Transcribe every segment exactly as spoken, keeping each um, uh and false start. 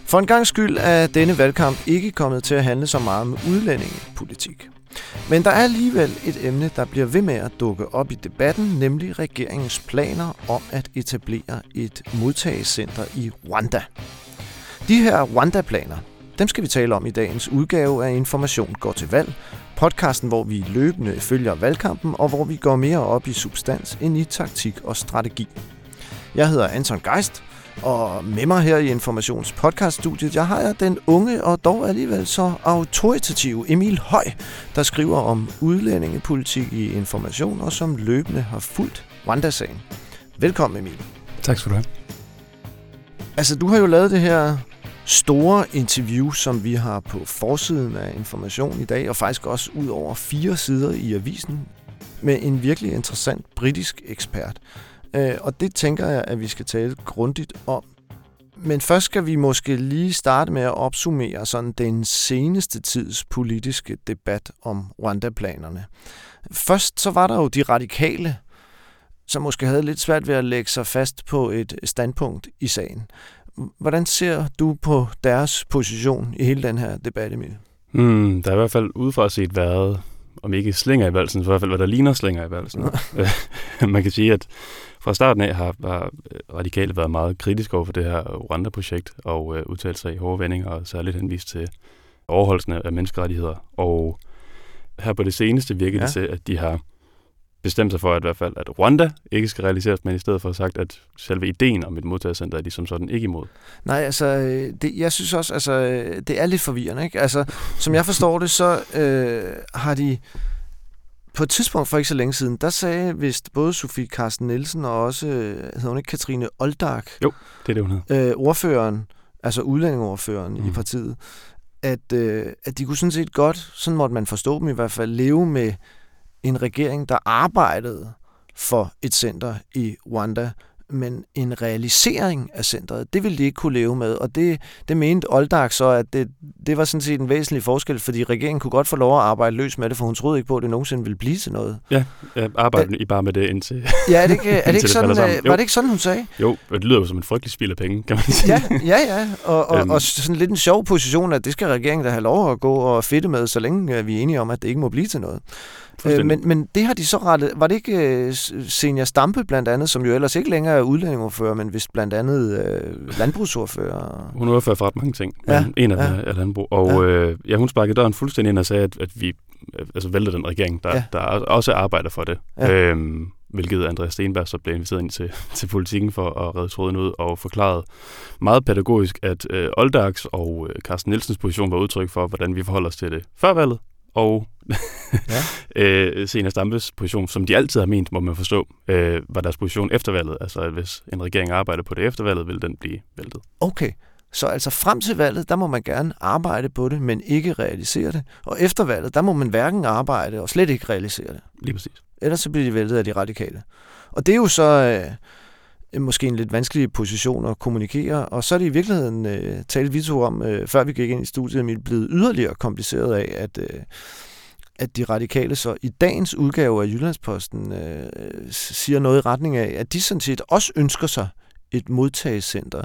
For en gangs skyld er denne valgkamp ikke kommet til at handle så meget om udlændingepolitik. Men der er alligevel et emne, der bliver ved med at dukke op i debatten, nemlig regeringens planer om at etablere et modtagecenter i Rwanda. De her Rwanda-planer, dem skal vi tale om i dagens udgave af Information går til valg, podcasten, hvor vi løbende følger valgkampen, og hvor vi går mere op i substans end i taktik og strategi. Jeg hedder Anton Geist, og med mig her i Informations podcaststudiet, jeg har jeg den unge og dog alligevel så autoritative Emil Høj, der skriver om udlændingepolitik i Information, og som løbende har fulgt Rwanda-sagen. Velkommen, Emil. Tak skal du have. Altså, du har jo lavet det her store interview, som vi har på forsiden af Information i dag, og faktisk også ud over fire sider i avisen, med en virkelig interessant britisk ekspert. Og det tænker jeg, at vi skal tale grundigt om. Men først skal vi måske lige starte med at opsummere sådan den seneste tids politiske debat om Rwanda-planerne. Først så var der jo de radikale, som måske havde lidt svært ved at lægge sig fast på et standpunkt i sagen. Hvordan ser du på deres position i hele den her debat, Emil? Hmm, der er i hvert fald udefra set været, om ikke slinger i valsen, så i hvert fald hvad der ligner slinger i valsen. Man kan sige, at fra starten af har, har radikale været meget kritiske over for det her Rwanda-projekt og øh, udtalt sig i hårde vendinger og særligt henvist til overholdelsen af menneskerettigheder. Og her på det seneste virker ja. det til, at de har bestemt sig for, at i hvert fald at Rwanda ikke skal realiseres, men i stedet for sagt, at selve ideen om et modtagecenter er de som sådan ikke imod. Nej, altså, det, jeg synes også, altså, det er lidt forvirrende, ikke? Altså, som jeg forstår det, så øh, har de på et tidspunkt for ikke så længe siden, der sagde vist både Sofie Carsten Nielsen og også, hedder hun ikke Katrine Olldag? Jo, det er det, hun hedder. Øh, ordføreren, altså udlændingeordføreren mm. i partiet, at, øh, at de kunne sådan set godt, sådan måtte man forstå dem i hvert fald, leve med en regering, der arbejdede for et center i Rwanda, men en realisering af centret, det ville de ikke kunne leve med, og det, det mente Olldag så, at det, det var sådan set en væsentlig forskel, fordi regeringen kunne godt få lov at arbejde løs med det, for hun troede ikke på, at det nogensinde ville blive til noget. Ja, jeg arbejdede I bare med det indtil ja, er det ikke, er det ikke sådan, det var det ikke sådan, hun sagde? Jo, det lyder jo som en frygtelig spild af penge, kan man sige. Ja, ja, ja. Og, og, um, og sådan lidt en sjov position, at det skal regeringen da have lov at gå og fedte med, så længe vi er enige om, at det ikke må blive til noget. Men, men det har de så rettet. Var det ikke Zenia Stampe blandt andet, som jo ellers ikke længere er udlændingeordfører, men vist blandt andet øh, landbrugsordfører? Hun er ordfører for ret mange ting, men ja, en af ja. dem er landbrug. Og ja. øh, ja, hun sparkede døren fuldstændig ind og sagde, at, at vi altså væltede den regering, der, ja. der også arbejder for det. Ja. Øhm, hvilket Andreas Steenberg så blev inviteret ind til, til politikken for at redde tråden ud og forklaret meget pædagogisk, at øh, Olldags og øh, Carsten Nielsens position var udtryk for, hvordan vi forholder os til det før valget, og ja. øh, Zenia Stampes position, som de altid har ment, må man forstå, øh, var deres position efter valget. Altså, at hvis en regering arbejder på det efter valget, vil den blive væltet. Okay, så altså frem til valget, der må man gerne arbejde på det, men ikke realisere det. Og efter valget, der må man hverken arbejde og slet ikke realisere det. Lige præcis. Ellers så bliver de væltet af de radikale. Og det er jo så øh, måske en lidt vanskelig position at kommunikere, og så er det i virkeligheden, øh, talte vi to om, øh, før vi gik ind i studiet, blevet yderligere kompliceret af, at øh, at de radikale så i dagens udgave af Jyllandsposten øh, siger noget i retning af, at de sådan set også ønsker sig et modtagecenter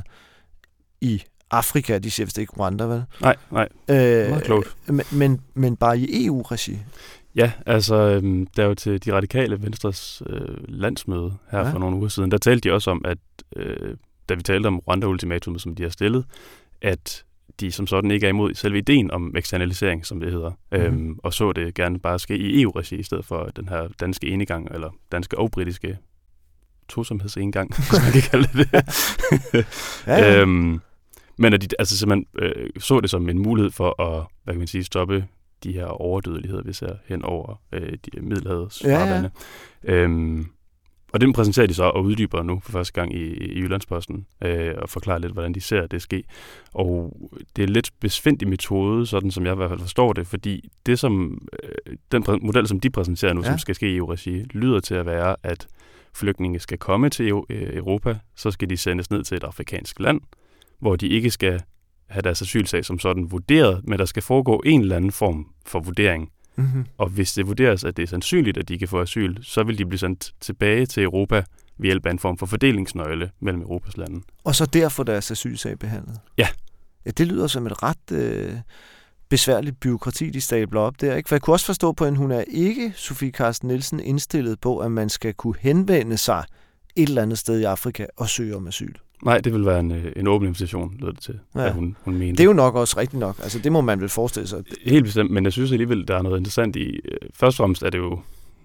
i Afrika. De siger vist ikke Rwanda, vel? Nej, nej. Øh, meget klogt. Men, men, men bare i E U-regi. Ja, altså øhm, der er jo til de radikale Venstres øh, landsmøde her ja. for nogle uger siden, der talte de også om, at øh, da vi talte om Rwanda-ultimatumet, som de har stillet, at de som sådan ikke er imod selve ideen om eksternalisering, som det hedder, mm-hmm. øhm, og så det gerne bare ske i E U-regi, i stedet for den her danske enegang, eller danske og britiske tosomhedsenegang, hvis man kan kalde det det. ja, ja. øhm, men at de altså simpelthen øh, så det som en mulighed for at, hvad kan man sige, stoppe de her overdødeligheder, vi ser hen over øh, de Middelhavets farvande. Ja, ja. Øhm, Og den præsenterer de så og uddyber nu for første gang i, i Jyllandsposten øh, og forklarer lidt, hvordan de ser det ske. Og det er en lidt besvindig metode, sådan som jeg i hvert fald forstår det, fordi det som, øh, den præ- model, som de præsenterer nu, ja. som skal ske i E U-regi, lyder til at være, at flygtninge skal komme til Europa, så skal de sendes ned til et afrikansk land, hvor de ikke skal have deres asylsag som sådan vurderet, men der skal foregå en eller anden form for vurdering. Mm-hmm. Og hvis det vurderes, at det er sandsynligt, at de kan få asyl, så vil de blive sendt tilbage til Europa ved hjælp af en form for fordelingsnøgle mellem Europas lande. Og så der få deres asylsag behandlet? Ja. Ja, det lyder som et ret øh, besværligt byråkrati, de stabler op der, ikke? For jeg kunne også forstå på, at hun er ikke, Sofie Carsten Nielsen, indstillet på, at man skal kunne henvende sig et eller andet sted i Afrika og søge om asyl. Nej, det vil være en, en åben invitation, lød det til, ja. At hun, hun mente. Det er jo nok også rigtigt nok. Altså, det må man vel forestille sig. Helt bestemt, men jeg synes alligevel, der er noget interessant i. Først og fremmest er det jo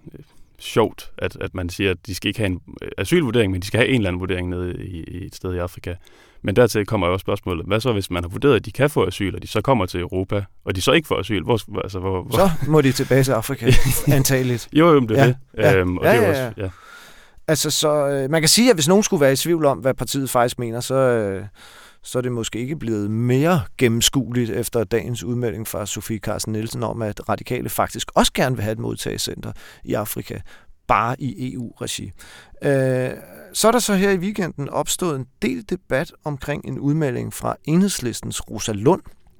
sjovt, at, at man siger, at de skal ikke have en asylvurdering, men de skal have en eller anden vurdering nede i, i et sted i Afrika. Men dertil kommer jo også spørgsmålet, hvad så hvis man har vurderet, at de kan få asyl, og de så kommer til Europa, og de så ikke får asyl? Hvor, altså, hvor, hvor... Så må de tilbage til Afrika, antageligt. Jo, jo, det er ja. det. Ja. Øhm, og ja, det er ja, også, ja. ja. Altså, så øh, man kan sige, at hvis nogen skulle være i tvivl om, hvad partiet faktisk mener, så, øh, så er det måske ikke blevet mere gennemskueligt efter dagens udmelding fra Sofie Carsten Nielsen om, at radikale faktisk også gerne vil have et modtagecenter i Afrika, bare i E U-regi. Øh, så er der så her i weekenden opstået en del debat omkring en udmelding fra Enhedslistens Rosa Lund,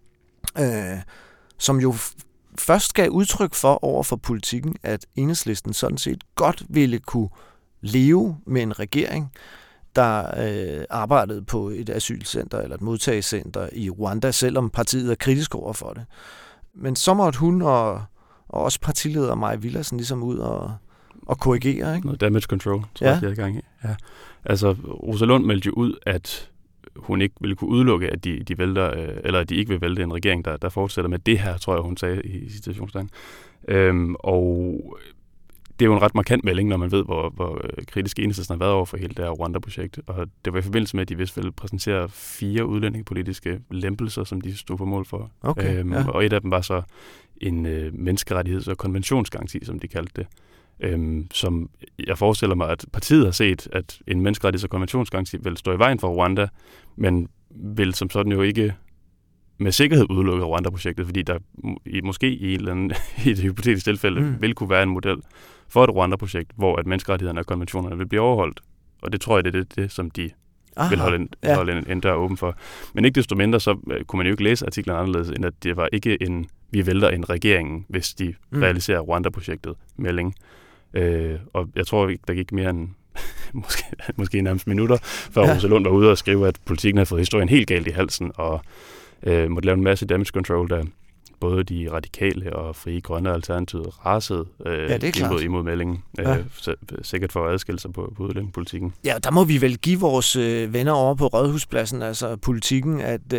øh, som jo først gav udtryk for over for Politikken, at Enhedslisten sådan set godt ville kunne leve med en regering, der øh, arbejdede på et asylcenter eller et modtagecenter i Rwanda, selvom partiet er kritisk over for det. Men så måtte hun og, og også partileder Maja Villadsen ligesom ud og, og korrigere, ikke? Noget damage control, tror ja. jeg, de er i gang i. Ja. Altså, Rosa Lund meldte jo ud, at hun ikke ville kunne udelukke, at de, de vælter, øh, eller at de ikke vil vælte en regering, der, der fortsætter med det her, tror jeg, hun sagde i, i situationstegn. Øhm, og det er jo en ret markant melding, når man ved, hvor, hvor kritisk Enhedslisten har været over for hele det her Rwanda-projekt. Og det var i forbindelse med, at de vist ville præsentere fire udlændingepolitiske lempelser, som de stod på mål for. Okay, øhm, ja. Og et af dem var så en øh, menneskerettigheds- og konventionsgaranti, som de kaldte det. Øhm, som jeg forestiller mig, at partiet har set, at en menneskerettigheds- og konventionsgaranti vil stå i vejen for Rwanda, men vil som sådan jo ikke med sikkerhed udelukke Rwanda-projektet, fordi der i, måske i, et, eller andet, i et hypotetisk tilfælde mm. vil kunne være en model for et Rwanda-projekt, hvor at menneskerettighederne og konventionerne vil blive overholdt. Og det tror jeg, det er det, det som de Aha, vil holde, en, ja. holde en, en dør åben for. Men ikke desto mindre, så uh, kunne man jo ikke læse artiklen anderledes, end at det var ikke en, vi vælter en regering, hvis de mm. realiserer Rwanda-projektet melding. Uh, og jeg tror ikke, der gik mere end måske, måske nærmest minutter, før ja. Rosa Lund var ude og skrive, at Politikken havde fået historien helt galt i halsen, og uh, måtte lave en masse damage control, der både de radikale og Frie Grønne Alternativet rasede øh, ja, imod, imod meldingen, øh, ja. sikkert for at adskille sig på, på udlændingepolitikken. Ja, der må vi vel give vores øh, venner over på Rådhuspladsen, altså Politikken, at øh,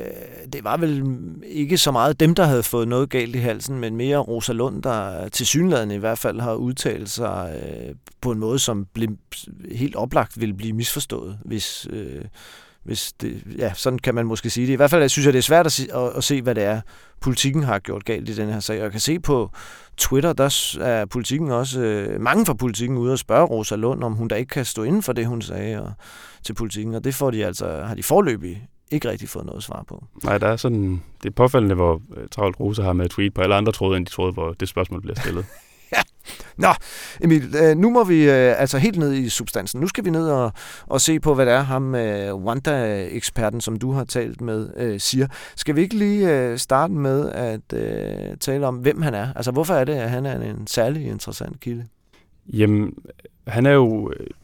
det var vel ikke så meget dem, der havde fået noget galt i halsen, men mere Rosa Lund, der tilsyneladende i hvert fald har udtalt sig øh, på en måde, som blev helt oplagt ville blive misforstået, hvis... Øh, Hvis det, ja, sådan kan man måske sige det. I hvert fald jeg synes jeg, det er svært at se, at, at se, hvad det er, Politikken har gjort galt i den her sag. Og jeg kan se på Twitter, der er Politikken også, øh, mange fra Politikken ude og spørge Rosa Lund, om hun da ikke kan stå inden for det, hun sagde og, til Politikken. Og det får de altså, har de foreløbig ikke rigtig fået noget svar på. Nej, der er sådan, det er påfaldende, hvor travlt Rosa har med at tweet på alle andre tråde, end de tråde, hvor det spørgsmål bliver stillet. Ja. Nå, Emil, øh, nu må vi øh, altså helt ned i substansen. Nu skal vi ned og, og se på, hvad det er, ham øh, Rwanda-eksperten, som du har talt med, øh, siger. Skal vi ikke lige øh, starte med at øh, tale om, hvem han er? Altså, hvorfor er det, at han er en særlig interessant kilde? Jamen, han er jo... Øh,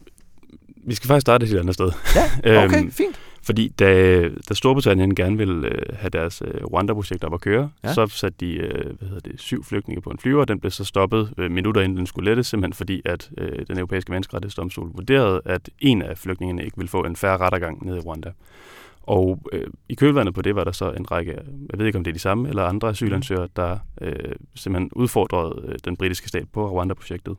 vi skal faktisk starte et helt andet sted. Ja, okay, øhm, fint. Fordi da, da Storbritannien gerne ville øh, have deres øh, Rwanda-projekt op at køre, ja. så satte de øh, hvad hedder det, syv flygtninge på en flyver, og den blev så stoppet øh, minutter inden den skulle lette, simpelthen fordi, at øh, den europæiske menneskerettighedsdomstol vurderede, at en af flygtningene ikke ville få en fair rettergang ned i Rwanda. Og øh, i kølvandet på det var der så en række, jeg ved ikke om det er de samme, eller andre asylansøgere, der øh, simpelthen udfordrede øh, den britiske stat på Rwanda-projektet.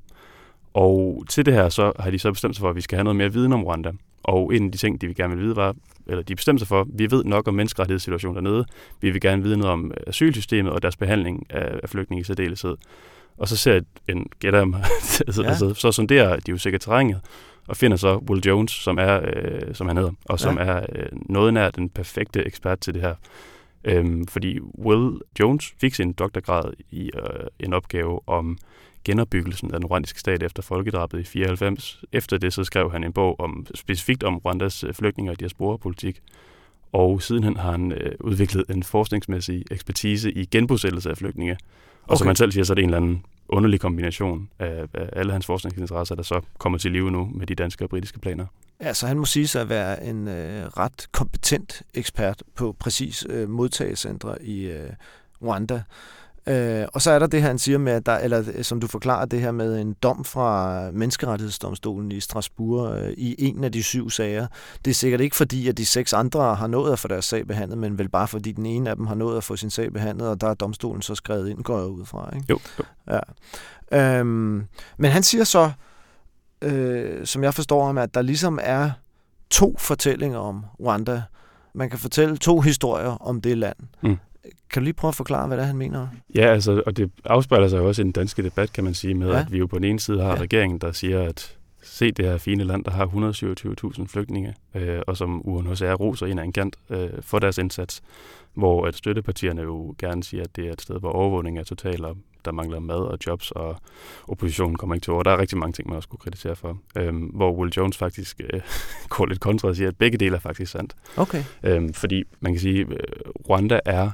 Og til det her, så har de så bestemt sig for, at vi skal have noget mere viden om Rwanda. Og en af de ting, de vil gerne vil vide, var, eller de bestemte sig for, vi ved nok om menneskerettighedssituationen dernede, vi vil gerne vide noget om asylsystemet og deres behandling af, af flygtninge i særdeleshed. Og så ser jeg en gætter mig, ja. altså, så sonderer de jo sikkert terrænet, og finder så Will Jones, som er, øh, som han hedder, og som ja. er øh, noget nær den perfekte ekspert til det her. Øhm, fordi Will Jones fik sin doktorgrad i øh, en opgave om genopbyggelsen af den rwandiske stat efter folkedrabet i fireoghalvfems. Efter det så skrev han en bog om specifikt om Rwandas flygtninge og diaspora-politik. Og sidenhen har han øh, udviklet en forskningsmæssig ekspertise i genbosættelse af flygtninge. Og okay. som han selv siger, så er det en eller anden underlig kombination af, af alle hans forskningsinteresser, der så kommer til live nu med de danske og britiske planer. Altså, han må sige sig at være en øh, ret kompetent ekspert på præcis øh, modtagecentre i øh, Rwanda. Øh, og så er der det, han siger med, at der, eller som du forklarer, det her med en dom fra Menneskerettighedsdomstolen i Strasbourg øh, i en af de syv sager. Det er sikkert ikke fordi, at de seks andre har nået at få deres sag behandlet, men vel bare fordi den ene af dem har nået at få sin sag behandlet, og der er domstolen så skrevet ind, går jeg ud fra, ikke? Jo. jo. Ja. Øhm, men han siger så, øh, som jeg forstår ham, at der ligesom er to fortællinger om Rwanda. Man kan fortælle to historier om det land. Mm. Kan du lige prøve at forklare, hvad det er, han mener? Ja, altså, og det afspejler sig jo også i den danske debat, kan man sige, med ja. at vi jo på den ene side har ja. regeringen, der siger, at se det her fine land, der har et hundrede og syvogtyve tusind flygtninge, øh, og som U N H C R roser en af en kant øh, for deres indsats, hvor at støttepartierne jo gerne siger, at det er et sted, hvor overvågning er total, og der mangler mad og jobs, og oppositionen kommer ikke til ord. Der er rigtig mange ting, man også kunne kritisere for. Øhm, hvor Will Jones faktisk øh, går lidt kontra og siger, at begge dele er faktisk sandt. Okay. Øhm, fordi man kan sige, at Rwanda er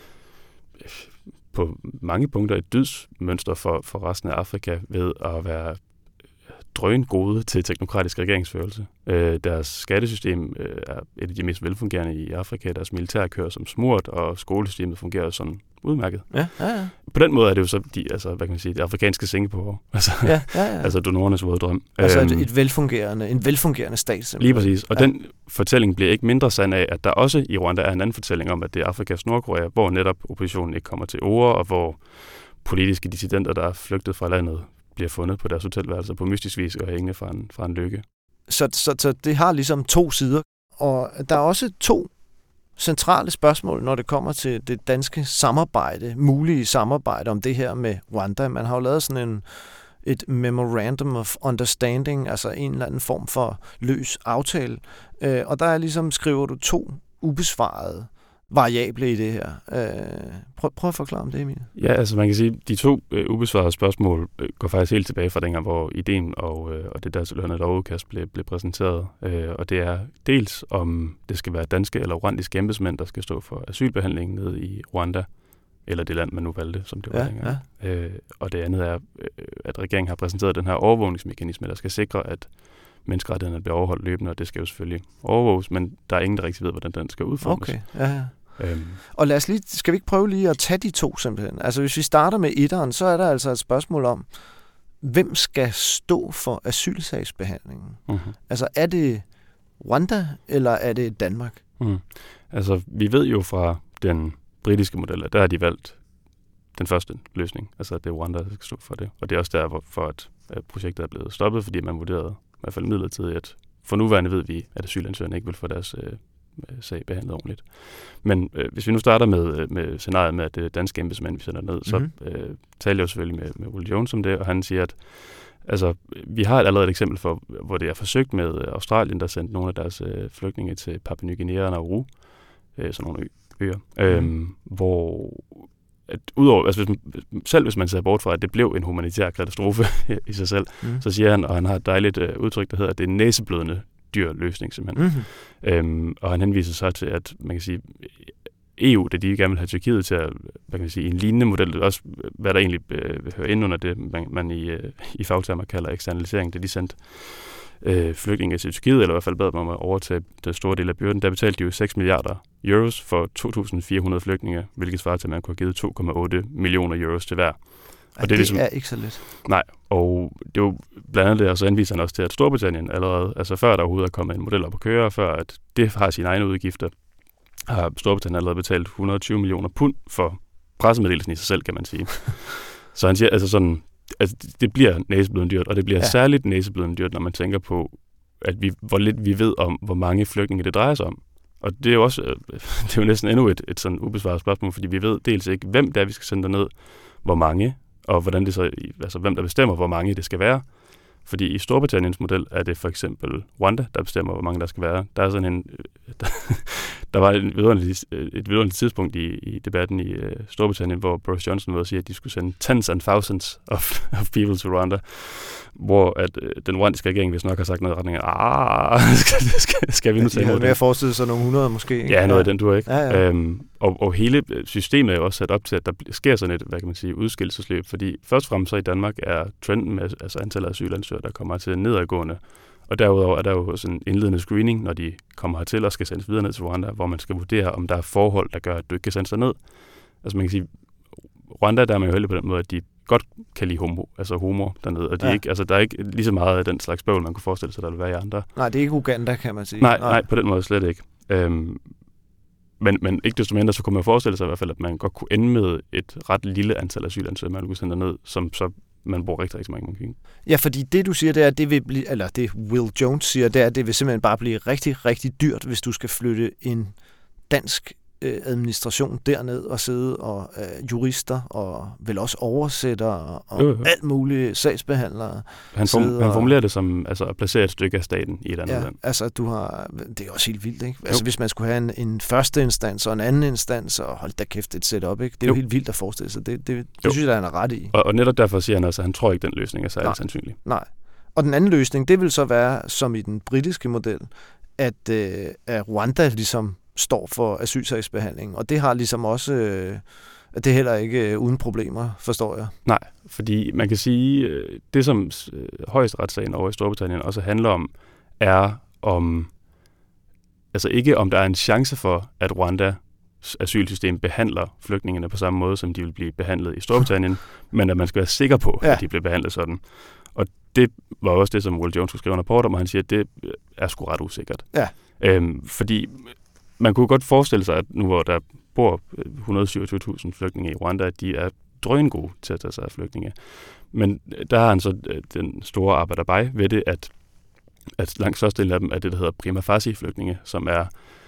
på mange punkter et dydsmønster for, for resten af Afrika ved at være drøn gode til teknokratisk regeringsførelse. Øh, deres skattesystem øh, er et af de mest velfungerende i Afrika. Deres militær kører som smurt, og skolesystemet fungerer sådan udmærket. Ja, ja, ja. På den måde er det jo så de, altså, hvad kan man sige, det afrikanske Singapore. Altså, ja, ja, ja. altså donorernes våde drøm. Altså øhm, et, et velfungerende, en velfungerende stat. Simpelthen. Lige præcis. Og ja. den fortælling bliver ikke mindre sand af, at der også i Rwanda er en anden fortælling om, at det er Afrikas Nordkorea, hvor netop oppositionen ikke kommer til ord, og hvor politiske dissidenter, der er flygtet fra landet, bliver fundet på deres hotelværelser på mystisk vis og hængende fra en, fra en lykke. Så, så, så det har ligesom to sider. Og der er også to centrale spørgsmål, når det kommer til det danske samarbejde, mulige samarbejde om det her med Rwanda. Man har jo lavet sådan en, et memorandum of understanding, altså en eller anden form for løs aftale. Øh, og der er ligesom, skriver du to ubesvarede variable i det her. Øh, prøv, prøv at forklare om det, Emil. Ja, altså man kan sige, at de to øh, ubesvarede spørgsmål øh, går faktisk helt tilbage fra dengang, hvor ideen og, øh, og det der tilhørende lovudkast blev, blev præsenteret. Øh, og det er dels, om det skal være danske eller rwandiske embedsmænd, der skal stå for asylbehandlingen nede i Rwanda, eller det land, man nu valgte, som det var ja, dengang. Ja. Øh, og det andet er, øh, at regeringen har præsenteret den her overvågningsmekanisme, der skal sikre, at menneskerettighederne bliver overholdt løbende, og det skal jo selvfølgelig overvåges, men der er ingen, der rigtig ved, hvordan den skal udformes. Okay, ja, ja. Øhm. Og lad os lige, skal vi ikke prøve lige at tage de to simpelthen? Altså hvis vi starter med etteren, så er der altså et spørgsmål om, hvem skal stå for asylsagsbehandlingen? Uh-huh. Altså er det Rwanda, eller er det Danmark? Uh-huh. Altså vi ved jo fra den britiske model, at der har de valgt den første løsning. Altså at det er Rwanda, der skal stå for det. Og det er også derfor, for at projektet er blevet stoppet, fordi man vurderede i hvert fald midlertidigt, at for nuværende ved vi, at asylansøgerne ikke vil få deres øh, sag behandlet ordentligt. Men øh, hvis vi nu starter med, med scenariet med, at det er danske embedsmænd, vi sender ned, mm-hmm. så øh, taler jeg jo selvfølgelig med, med Will Jones om det, og han siger, at altså, vi har allerede et eksempel for, hvor det er forsøgt med Australien, der sendte nogle af deres øh, flygtninge til Papua Ny Guinea og Nauru, øh, sådan nogle øer, mm. øhm, hvor at udover, altså hvis man, selv hvis man ser bort fra, at det blev en humanitær katastrofe i sig selv, mm. så siger han, og han har et dejligt øh, udtryk, der hedder, at det er en næseblødende dyr løsning simpelthen. Mm-hmm. Øhm, og han henviser så til, at man kan sige, E U, det de gerne vil have Tyrkiet til at, hvad kan man sige, en lignende model, også hvad der egentlig øh, hører ind under det, man, man i, øh, i fagtermer kalder eksternalisering, det de sendte øh, flygtninge til Tyrkiet, eller i hvert fald bad dem om at overtage den store del af byrden. Der betalte de jo seks milliarder euros for to tusind fire hundrede flygtninge, hvilket svarer til, at man kunne have givet to komma otte millioner euros til hver. Og det, det er, ligesom, er ikke så lidt. Nej, og det er jo blandt andet det, og så anviser han også til, at Storbritannien allerede, altså før der overhovedet er kommet en model op at køre, før at det har sine egne udgifter, har Storbritannien allerede betalt et hundrede og tyve millioner pund for pressemeddelelsen i sig selv, kan man sige. Så han siger, altså sådan, altså det bliver næseblødende dyrt, og det bliver ja. særligt næseblødende dyrt, når man tænker på, at vi, hvor lidt vi ved om, hvor mange flygtninge det drejer sig om. Og det er jo også, det er jo næsten endnu et, et sådan ubesvaret spørgsmål, fordi vi ved dels ikke, hvem det er, vi skal sende derned, hvor mange, og hvordan det så, altså hvem der bestemmer, hvor mange det skal være. Fordi i Storbritanniens model er det for eksempel Rwanda, der bestemmer, hvor mange der skal være. Der er sådan en, der, der var et vidunderligt, et vidunderligt tidspunkt i, i debatten i uh, Storbritannien, hvor Boris Johnson var at sige, at de skulle sende tens and thousands of, of people to Rwanda, hvor at uh, den rwandiske regering vist nok har sagt noget i retning af, ah, skal, skal, skal vi nu tage imod det? De havde mere forestillet sig nogle hundrede måske, ikke? Ja, noget af den, du har ikke. Ja, ja. Øhm, og, og hele systemet er jo også sat op til, at der sker sådan et, hvad kan man sige, udskillelsesløb, fordi først og fremmest så i Danmark er trenden med altså antallet af asylansøgere, der kommer til nedadgående, Og derudover er der jo sådan en indledende screening, når de kommer hertil og skal sendes videre ned til Rwanda, hvor man skal vurdere, om der er forhold, der gør, at du ikke kan sendes ned. Altså man kan sige, Rwanda, der er man jo heldig på den måde, at de godt kan lide homo, altså homo dernede, og de ja. ikke, altså, der er ikke lige så meget af den slags bøvl, man kunne forestille sig, der vil være i andre. Nej, det er ikke Uganda, kan man sige. Nej, nej, nej på den måde slet ikke. Øhm, men, men ikke desto mindre, så kunne man forestille sig i hvert fald, at man godt kunne ende med et ret lille antal asylansøgere, man kunne sende ned, som så man bruger rigtig, rigtig mange penge. Ja, fordi det, du siger, det er, at det vil blive, eller det Will Jones siger, det er, at det vil simpelthen bare blive rigtig, rigtig dyrt, hvis du skal flytte en dansk øh, administration derned og sidde og øh, jurister og vel også oversættere og jo, jo. alt muligt sagsbehandlere. Han, form, han formulerer det som altså, at placere et stykke af staten i et andet ja, land. altså du har, det er også helt vildt, ikke? Altså jo. Hvis man skulle have en, en første instans og en anden instans, og hold da kæft, et setup, ikke? Det er jo, jo helt vildt at forestille sig. Det, det, det synes jeg, han er ret i. Og, og netop derfor siger han også, at han tror ikke, den løsning er særlig sandsynlig. Nej. Og den anden løsning, det vil så være, som i den britiske model, at, øh, at Rwanda ligesom står for asylsagsbehandling, og det har ligesom også, øh, det er heller ikke øh, uden problemer, forstår jeg. Nej, fordi man kan sige, øh, det som øh, højesteretssagen over i Storbritannien også handler om, er om, altså ikke om der er en chance for, at Rwandas asylsystem behandler flygtningene på samme måde, som de vil blive behandlet i Storbritannien, men at man skal være sikker på, ja. at de bliver behandlet sådan. Og det var også det, som Will Jones skulle skrive en rapport om, og han siger, at det er sgu ret usikkert. Ja. Øhm, fordi man kunne godt forestille sig, at nu hvor der bor et hundrede og syvogtyve tusind flygtninge i Rwanda, at de er drøngode til at tage sig af flygtninge. Men der har han så den store arbejderbej ved det, at, at langt størstedelen af dem er det, der hedder prima facie-flygtninge, som er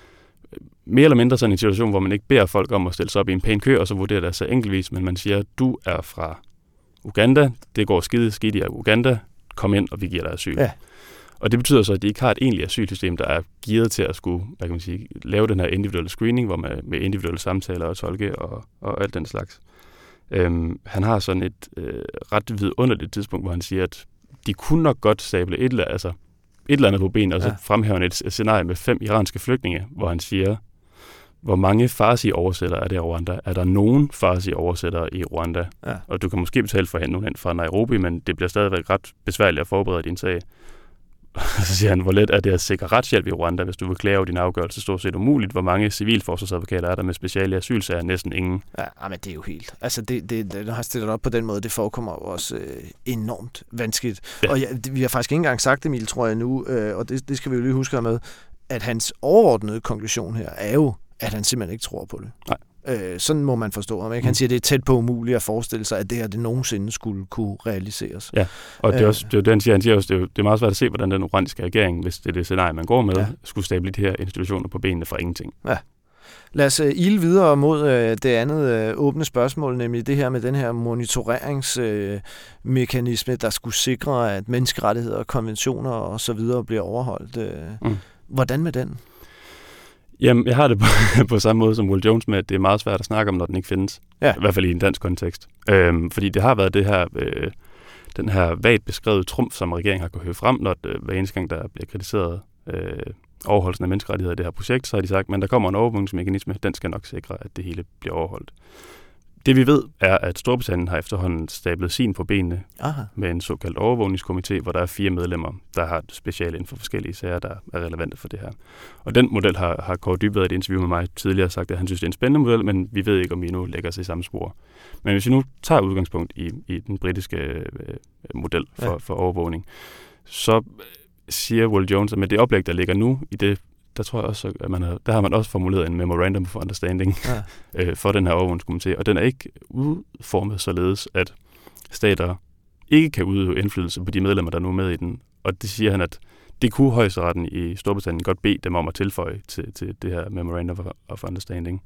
mere eller mindre sådan en situation, hvor man ikke beder folk om at stille sig op i en pæn kø, og så vurderer det sig enkeltvis, men man siger, du er fra Uganda, det går skide skidt i Uganda, kom ind, og vi giver dig asyl. Ja. Og det betyder så, at de ikke har et egentligt asylsystem, der er gearet til at skulle, hvad kan man sige, lave den her individuelle screening, hvor man med individuelle samtaler og tolke og, og alt den slags. Øhm, han har sådan et øh, ret vidunderligt tidspunkt, hvor han siger, at de kunne nok godt stable et eller, altså et eller andet på ben, og så ja. fremhæver han et scenarie med fem iranske flygtninge, hvor han siger, hvor mange farsi-oversættere er der i Rwanda? Er der nogen farsi-oversættere i Rwanda? Ja. Og du kan måske betale for hende nogen fra Nairobi, men det bliver stadigvæk ret besværligt at forberede din sag. Så siger han, hvor let er det at sikre retshjælp i Rwanda, hvis du vil klage over din afgørelse, stort set umuligt. Hvor mange civilforsvarsadvokater er der med speciale asylsager? Næsten ingen. Ja, men det er jo helt. Altså, det, det, det, når han stiller op på den måde, det forekommer jo også øh, enormt vanskeligt. Ja. Og ja, det, vi har faktisk ikke engang sagt, Emil, tror jeg nu, øh, og det, det skal vi jo lige huske med, at hans overordnede konklusion her er jo, at han simpelthen ikke tror på det. Nej. Øh, sådan må man forstå ham. Ikke? Han siger, at det er tæt på umuligt at forestille sig, at det her det nogensinde skulle kunne realiseres. Ja, og det er også det er, det, han siger, han siger også, det er, det er meget svært at se, hvordan den rwandiske regering, hvis det er det scenarie, man går med, ja. skulle stable de her institutioner på benene fra ingenting. Ja. Lad os uh, ile videre mod uh, det andet uh, åbne spørgsmål, nemlig det her med den her monitoreringsmekanisme, uh, der skulle sikre, at menneskerettigheder, konventioner og så videre bliver overholdt. Uh, mm. Hvordan med den? Jamen, jeg har det på, på samme måde som Will Jones med, at det er meget svært at snakke om, når den ikke findes. Ja. I hvert fald i en dansk kontekst. Øhm, fordi det har været det her, øh, den her vagt beskrevet trumf, som regeringen har kunnet høre frem, når det, hver eneste gang, der bliver kritiseret øh, overholdelsen af menneskerettigheder i det her projekt, så har de sagt, men der kommer en overvågningsmekanisme, den skal nok sikre, at det hele bliver overholdt. Det vi ved er, at Storbritannien har efterhånden stablet sin på benene Aha. med en såkaldt overvågningskomité, hvor der er fire medlemmer, der har speciale inden for forskellige sager, der er relevante for det her. Og den model har, har Kåre Dybvad i et interview med mig tidligere sagt, at han synes, det er en spændende model, men vi ved ikke, om vi nu lægger os i samme spor. Men hvis vi nu tager udgangspunkt i, i den britiske øh, model for, ja. for overvågning, så siger Will Jones, at med det oplæg, der ligger nu i det, der tror jeg også, at man har, der har man også formuleret en memorandum of understanding ja. øh, for den her overvågningskomité, og den er ikke udformet således, at stater ikke kan udøve indflydelse på de medlemmer, der nu er med i den. Og det siger han, at det kunne højesteretten i Storbritannien godt bede dem om at tilføje til, til det her memorandum of understanding.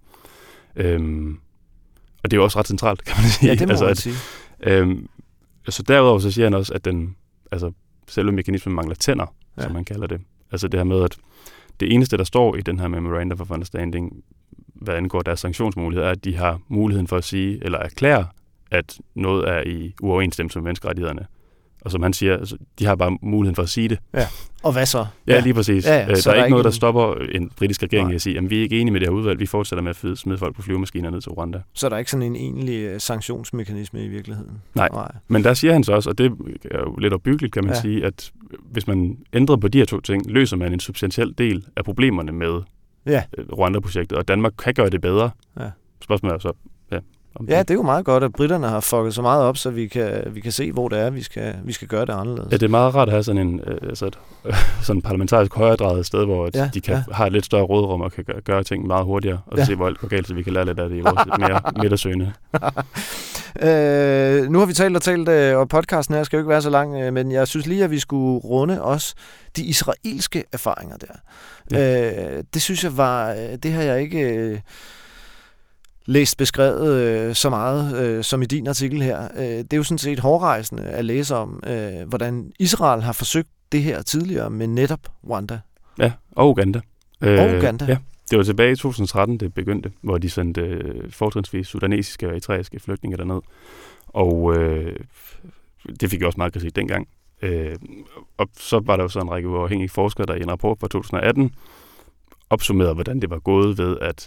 Øhm, og det er jo også ret centralt, kan man sige. Ja, det må altså, man at, sige. Øhm, så derudover så siger han også, at den, altså, selve mekanismen mangler tænder, ja. som man kalder det. Altså det her med, at det eneste, der står i den her Memorandum of Understanding, hvad angår deres sanktionsmuligheder, er, at de har muligheden for at sige, eller erklære, at noget er i uoverensstemmelse med menneskerettighederne. Og som han siger, altså, de har bare muligheden for at sige det. Ja. Og hvad så? Ja, lige præcis. Ja, ja. Der er, er ikke noget, der en... stopper en britisk regering i at sige, at vi er ikke enige med det her udvalg, vi fortsætter med at smide folk på flyvemaskiner ned til Rwanda. Så der er ikke sådan en egentlig sanktionsmekanisme i virkeligheden? Nej, Nej. Men der siger han så også, og det er jo lidt opbyggeligt, kan man ja. sige, at hvis man ændrer på de her to ting, løser man en substantiel del af problemerne med ja. Rwanda-projektet, og Danmark kan gøre det bedre. Ja. Spørgsmålet er så, ja. Ja, det er jo meget godt, at britterne har fucket så meget op, så vi kan, vi kan se, hvor det er, vi skal, vi skal gøre det anderledes. Ja, det er meget rart at have sådan en øh, altså et, øh, sådan parlamentarisk højredrejet sted, hvor ja, de kan ja. have et lidt større rådrum og kan gøre, gøre ting meget hurtigere, og ja. se, hvor alt går galt, så vi kan lære lidt af det i vores mere midtersøgende. øh, nu har vi talt og talt, og podcasten her skal jo ikke være så lang, men jeg synes lige, at vi skulle runde også de israelske erfaringer der. Ja. Øh, det synes jeg var, det har jeg ikke... Øh, læst beskrevet øh, så meget øh, som i din artikel her. Øh, det er jo sådan set hårdrejsende at læse om, øh, hvordan Israel har forsøgt det her tidligere med netop Rwanda. Ja, og Uganda. Og Uganda. Øh, ja, det var tilbage i to tusind og tretten, det begyndte, hvor de sendte øh, fortrinsvis sudanesiske og eritreiske flygtninge derned. Og øh, det fik jo også meget kritik dengang. Øh, og så var der jo så en række uafhængige forskere, der i en rapport fra to tusind og atten opsummerede, hvordan det var gået ved, at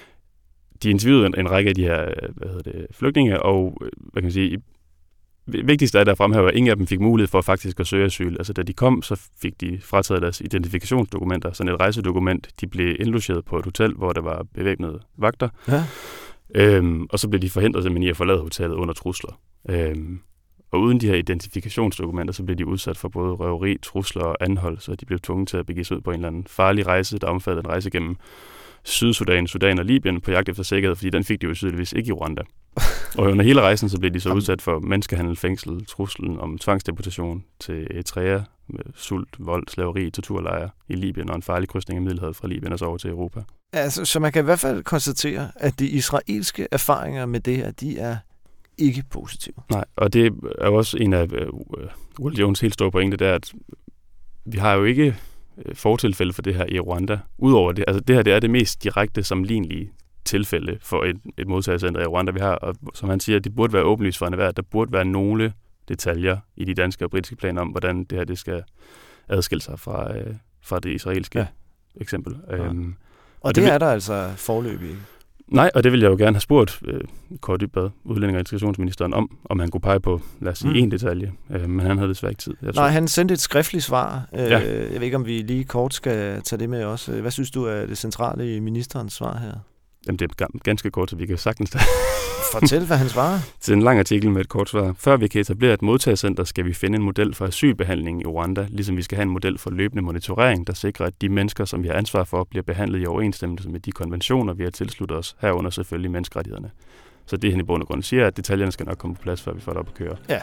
de interviewede en, en række af de her hvad hedder det, flygtninge, og hvad kan man sige, vigtigst er der fremhæver, at ingen af dem fik mulighed for faktisk at søge asyl. Altså da de kom, så fik de frataget deres identifikationsdokumenter, sådan et rejsedokument. De blev indlogeret på et hotel, hvor der var bevæbnede vagter. Ja. Øhm, og så blev de forhindret simpelthen i at forlade hotellet under trusler. Øhm, og uden de her identifikationsdokumenter, så blev de udsat for både røveri, trusler og anhold, så de blev tvunget til at begive sig ud på en eller anden farlig rejse, der omfattede en rejse gennem Sydsudan, Sudan og Libyen på jagt efter sikkerhed, fordi den fik de jo tydeligvis ikke i Rwanda. Og under hele rejsen, så blev de så udsat for menneskehandel, fængsel, truslen om tvangsdeportation til Eritrea, med sult, vold, slaveri, torturlejre i Libyen og en farlig krydsning af Middelhavet fra Libyen og så over til Europa. Altså, så man kan i hvert fald konstatere, at de israelske erfaringer med det her, de er ikke positive. Nej, og det er jo også en af uh, Will Jones helt store pointe, der at vi har jo ikke fortilfælde for det her i Rwanda. Udover det, altså det her det er det mest direkte sammenlignelige tilfælde for et, et modtagelsescenter i Rwanda, vi har. Og som han siger, det burde være åbenlyst for enhver, at der burde være nogle detaljer i de danske og britiske planer om, hvordan det her det skal adskille sig fra, øh, fra det israelske ja. eksempel. Ja. Øhm, og, og det, det er der altså foreløbig ikke? Nej, og det ville jeg jo gerne have spurgt øh, Kaare Dybvad, udlænding- og integrationsministeren, om, om han kunne pege på, lad os sige, mm. en detalje. Øh, men han havde desværre ikke tid. Jeg Nej, han sendte et skriftligt svar. Øh, ja. Jeg ved ikke, om vi lige kort skal tage det med også. Hvad synes du er det centrale i ministerens svar her? Jamen, det er ganske kort, så vi kan sagtens... Fortæl, hvad han svarer. Det er en lang artikel med et kort svar. Før vi kan etablere et modtagelsescenter, skal vi finde en model for asylbehandling i Rwanda, ligesom vi skal have en model for løbende monitorering, der sikrer, at de mennesker, som vi har ansvar for, bliver behandlet i overensstemmelse med de konventioner, vi har tilsluttet os, herunder selvfølgelig menneskerettighederne. Så det, han i bund og grund siger, at detaljerne skal nok komme på plads, før vi får det op at køre. Ja.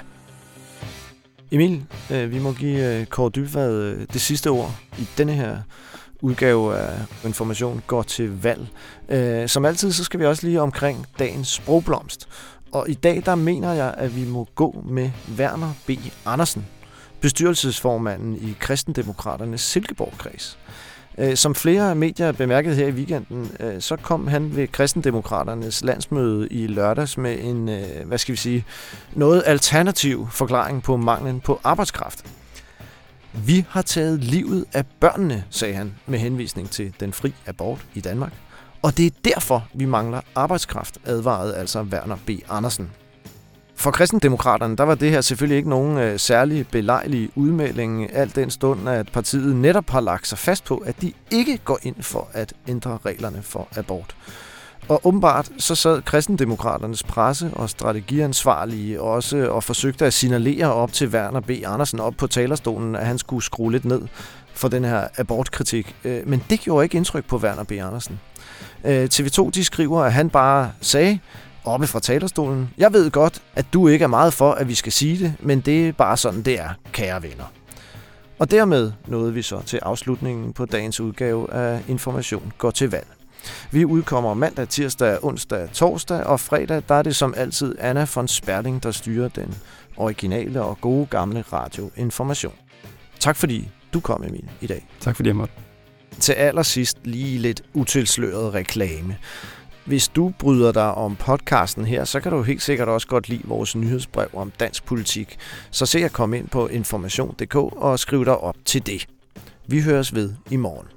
Emil, øh, vi må give øh, Kaare Dybvad øh, det sidste ord i denne her udgave af Information går til valg. Øh, som altid, så skal vi også lige omkring dagens sprogblomst. Og i dag, der mener jeg, at vi må gå med Werner B. Andersen, bestyrelsesformanden i Kristendemokraternes Silkeborg-kreds. Øh, som flere medier bemærkede her i weekenden, øh, så kom han ved Kristendemokraternes landsmøde i lørdags med en, øh, hvad skal vi sige, noget alternativ forklaring på manglen på arbejdskraft. Vi har taget livet af børnene, sagde han med henvisning til den fri abort i Danmark. Og det er derfor, vi mangler arbejdskraft, advarede altså Werner B. Andersen. For Kristendemokraterne, der var det her selvfølgelig ikke nogen øh, særlig belejlig udmelding, alt den stund, at partiet netop har lagt sig fast på, at de ikke går ind for at ændre reglerne for abort. Og åbenbart så sad Kristendemokraternes presse- og strategiansvarlige også og forsøgte at signalere op til Werner B. Andersen op på talerstolen, at han skulle skrue lidt ned for den her abortkritik. Men det gjorde ikke indtryk på Werner B. Andersen. T V to de skriver, at han bare sagde oppe fra talerstolen, jeg ved godt, at du ikke er meget for, at vi skal sige det, men det er bare sådan, det er, kære venner. Og dermed nåede vi så til afslutningen på dagens udgave af Information går til valg. Vi udkommer mandag, tirsdag, onsdag, torsdag, og fredag, der er det som altid Anna von Sperling, der styrer den originale og gode gamle radioinformation. Tak fordi du kom, Emil, i dag. Tak fordi jeg måtte. Til allersidst lige lidt utilsløret reklame. Hvis du bryder dig om podcasten her, så kan du helt sikkert også godt lide vores nyhedsbrev om dansk politik. Så se at komme ind på information punktum d k og skriv dig op til det. Vi høres ved i morgen.